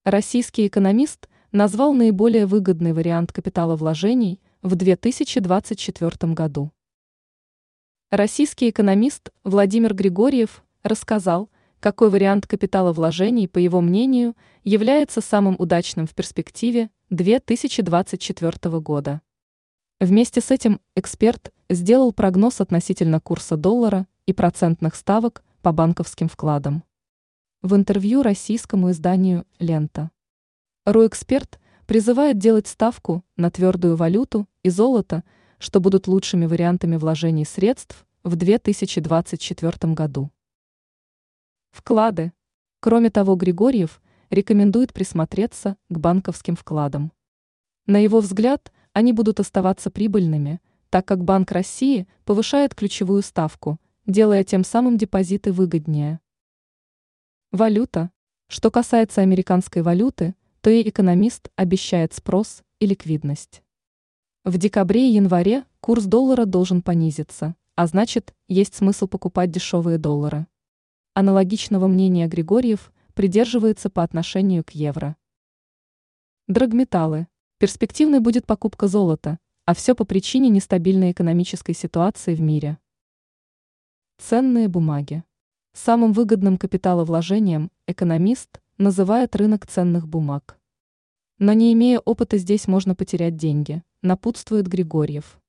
Российский экономист назвал наиболее выгодный вариант капиталовложений в 2024 году. Российский экономист Владимир Григорьев рассказал, какой вариант капиталовложений, по его мнению, является самым удачным в перспективе 2024 года. Вместе с этим эксперт сделал прогноз относительно курса доллара и процентных ставок по банковским вкладам. В интервью российскому изданию «Лента» Роэксперт призывает делать ставку на твердую валюту и золото, что будут лучшими вариантами вложений средств в 2024 году. Вклады. Кроме того, Григорьев рекомендует присмотреться к банковским вкладам. На его взгляд, они будут оставаться прибыльными, так как Банк России повышает ключевую ставку, делая тем самым депозиты выгоднее. Валюта. Что касается американской валюты, то и экономист обещает спрос и ликвидность. В декабре и январе курс доллара должен понизиться, а значит, есть смысл покупать дешевые доллары. Аналогичного мнения Григорьев придерживается по отношению к евро. Драгметаллы. Перспективной будет покупка золота, а все по причине нестабильной экономической ситуации в мире. Ценные бумаги. Самым выгодным капиталовложением экономист называет рынок ценных бумаг. Но не имея опыта, здесь можно потерять деньги, напутствует Григорьев.